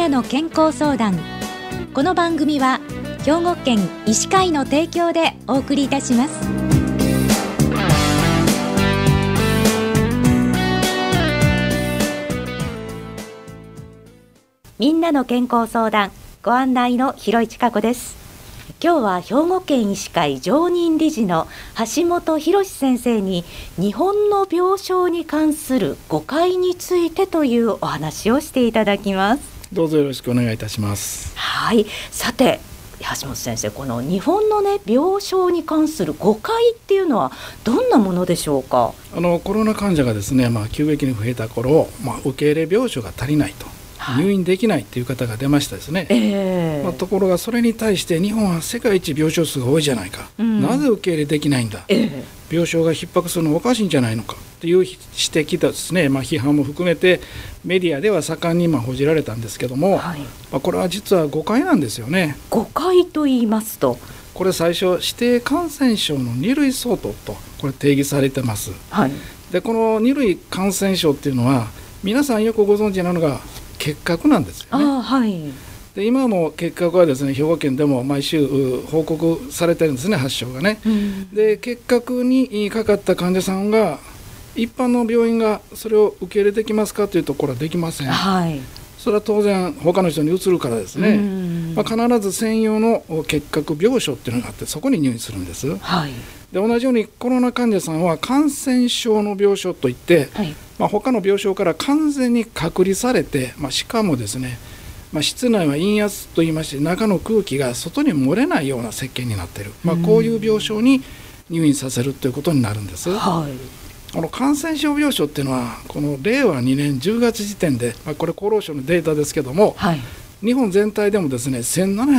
なの健康相談。この番組は兵庫県医師会の提供でお送りいたします。みんなの健康相談、ご案内の広市加子です。今日は兵庫県医師会常任理事の橋本博先生に日本の病床に関する誤解についてというお話をしていただきます。 どうぞよろしくお願いいたします。 はい、さて橋本先生、この日本の病床に関する誤解っていうのはどんなものでしょうか。 コロナ患者がですね、急激に増えた頃、受け入れ病床が足りないと、入院できないという方が出ましたですね。ところがそれに対して日本は世界一病床数が多いじゃないか、なぜ受け入れできないんだ、病床が逼迫するのはおかしいんじゃないのかという指摘とですね、批判も含めてメディアでは盛んに報じられたんですけども、これは実は誤解なんですよね。 誤解と言いますと、 これ最初指定感染症の2類相当とこれ定義されてます。でこの2類感染症っていうのは皆さんよくご存知なのが結核なんですよね。で今も結核はですね、兵庫県でも毎週報告されてるんですね、発症がね。で結核にかかった患者さんが一般の病院がそれを受け入れてきますかというところはできません。それは当然他の人に移るからですね。必ず専用の結核病床っていうのがあって、そこに入院するんです。で同じようにコロナ患者さんは感染症の病床といって、他の病床から完全に隔離されて、しかもですね、室内は陰圧といいまして、中の空気が外に漏れないような設計になっている、こういう病床に入院させるということになるんです。この感染症病床っていうのはこの令和2年10月時点で、これ厚労省のデータですけども、日本全体でもですね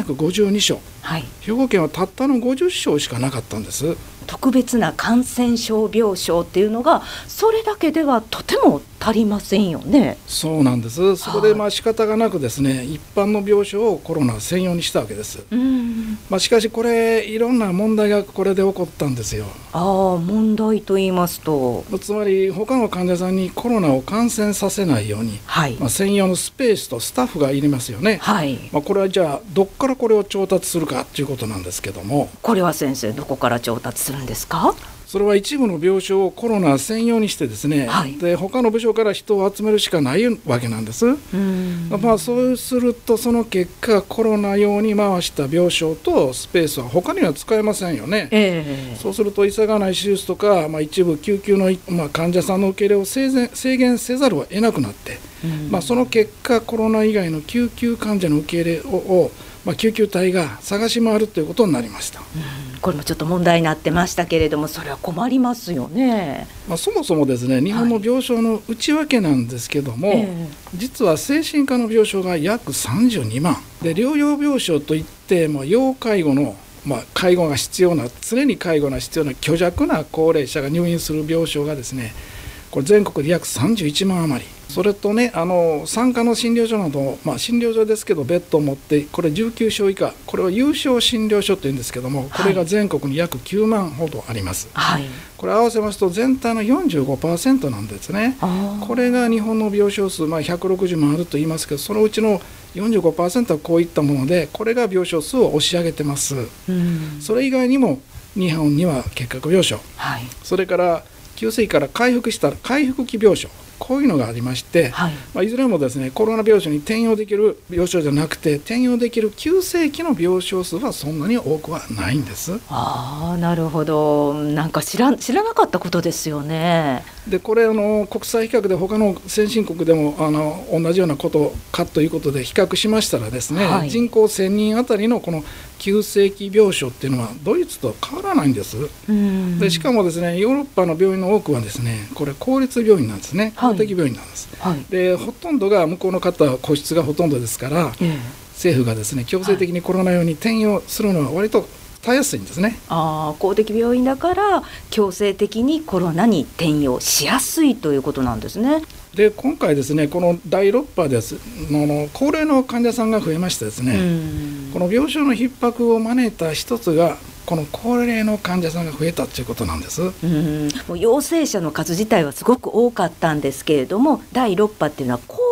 1752床、兵庫県はたったの50床しかなかったんです。 特別な感染症病床っていうのがそれだけではとても足りませんよね。 そうなんです。そこで仕方がなくですね、一般の病床をコロナ専用にしたわけです。しかしこれいろんな問題がこれで起こったんですよ。 問題と言いますと、 つまり他の患者さんにコロナを感染させないように、専用のスペースとスタッフがいりますよね。これはじゃあどっからこれを調達するかということなんですけども、 これは先生どこから調達するんですか。 それは一部の病床をコロナ専用にしてですね、で他の部署から人を集めるしかないわけなんです。そうするとその結果コロナ用に回した病床とスペースは他には使えませんよね。そうすると急がない手術とか、一部救急の、患者さんの受け入れを制限せざるを得なくなって、その結果コロナ以外の救急患者の受け入れを救急隊が探し回るということになりました。 これもちょっと問題になってましたけれども、それは困りますよね。 そもそもですね、日本の病床の内訳なんですけども、実は精神科の病床が約32万で、療養病床といって要介護の介護が必要な、常に介護が必要な虚弱な高齢者が入院する病床がですね、これ全国で約31万余り。それとね、産科の診療所など、診療所ですけどベッドを持って、これ19床以下、これを有床診療所というんですけども、これが全国に約9万ほどあります。これ合わせますと全体の 45% なんですね。これが日本の病床数、160万あると言いますけど、そのうちの 45% はこういったもので、これが病床数を押し上げてます。それ以外にも日本には結核病床、それから急性期から回復した回復期病床、こういうのがありまして、いずれもですねコロナ病床に転用できる病床じゃなくて、転用できる急性期の病床数はそんなに多くはないんです。 なるほど。なんか知らなかったことですよね。 でこれ国際比較で他の先進国でも同じようなことかということで比較しましたらですね、人口1000人あたりのこの急性期病床っていうのはドイツと変わらないんです。でしかもですね、ヨーロッパの病院の多くはですね、これ公立病院なんですね。公的病院なんです。でほとんどが向こうの方は個室がほとんどですから、政府がですね強制的にコロナ用に転用するのは割とたやすいんですね。 公的病院だから強制的にコロナに転用しやすいということなんですね。 で今回ですね、この第6波です高齢の患者さんが増えましてですね、この病床の逼迫を招いた一つがこの高齢の患者さんが増えたということなんです。 もう陽性者の数自体はすごく多かったんですけれども、第6波っていうのは高齢の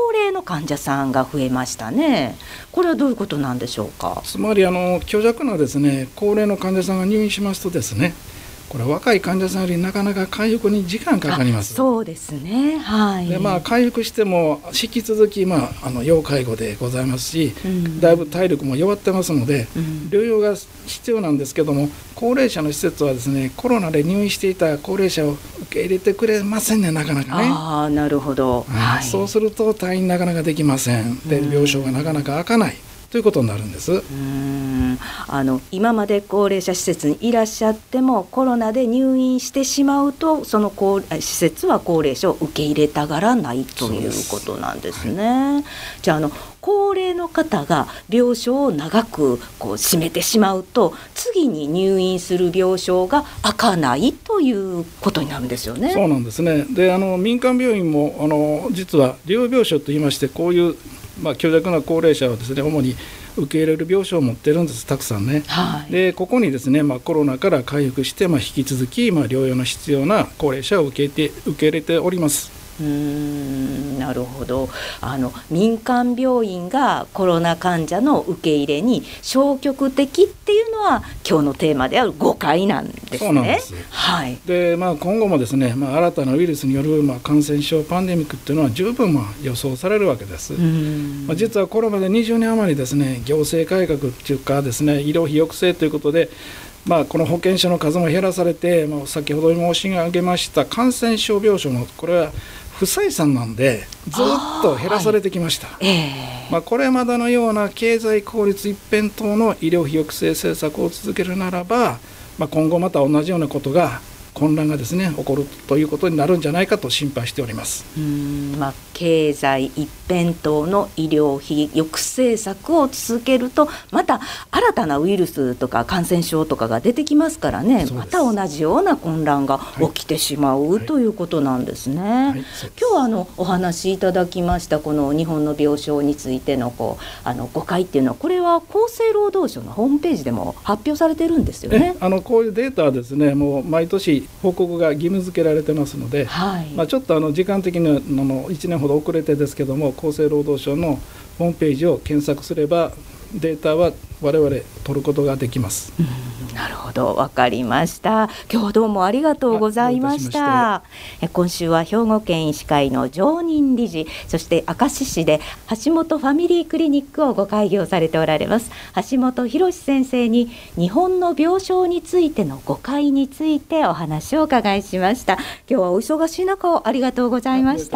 患者さんが増えましたね。これはどういうことなんでしょうか。 つまり虚弱なですね、高齢の患者さんが入院しますとですね、これ若い患者さんよりなかなか回復に時間かかります。 そうですね、はい。 で回復しても引き続き要介護でございますし、だいぶ体力も弱ってますので、療養が必要なんですけども、高齢者の施設はですね、コロナで入院していた高齢者を受け入れてくれませんね、なかなかね。 なるほど、はい。 そうすると退院なかなかできません。で病床がなかなか開かないということになるんです。 今まで高齢者施設にいらっしゃってもコロナで入院してしまうと、その施設は高齢者を受け入れたがらないということなんですね。はい、じゃあ高齢の方が病床を長く占めてしまうと、次に入院する病床が開かないということになるんですよね。 そうなんですね。で民間病院も実は療養病床といいまして、こういう虚弱な高齢者をですね、主に受け入れる病床を持ってるんです、たくさんね。はい、でここにですね、コロナから回復して、引き続き、療養の必要な高齢者を受け入れております。 なるほど。民間病院がコロナ患者の受け入れに消極的っていうのは今日のテーマである誤解なんですね。 そうなんです。 はい。 で今後もですね、新たなウイルスによる感染症パンデミックっていうのは十分予想されるわけです。実はこれまで20年余りですね、行政改革っていうかですね、医療費抑制ということでこの保健所の数も減らされて、先ほど申し上げました感染症病床もこれは不採算なんでずっと減らされてきました。これまでのような経済効率一辺倒の医療費抑制政策を続けるならば、今後また同じようなことが混乱がですね起こるということになるんじゃないかと心配しております。 経済一辺倒の医療費抑制策を続けると、また新たなウイルスとか感染症とかが出てきますからね、また同じような混乱が起きてしまう、ということなんですね。今日お話しいただきましたこの日本の病床についての誤解っていうのは、これは厚生労働省のホームページでも発表されてるんですよね。 こういうデータはですね、もう毎年報告が義務付けられてますので、ちょっと時間的に1年ほど遅れてですけども、厚生労働省のホームページを検索すればデータは我々取ることができます。 なるほど、わかりました。今日はどうもありがとうございました。今週は兵庫県医師会の常任理事、そして明石市で橋本ファミリークリニックをご開業されておられます橋本博先生に、日本の病床についての誤解についてお話をお伺いしました。今日はお忙しい中をありがとうございました。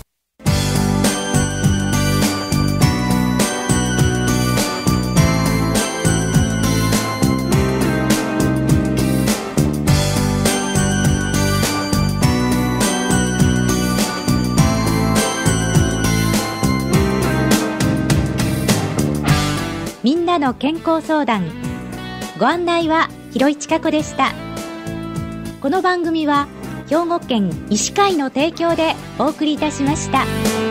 みんなの健康相談、ご案内は広井千佳子でした。この番組は兵庫県医師会の提供でお送りいたしました。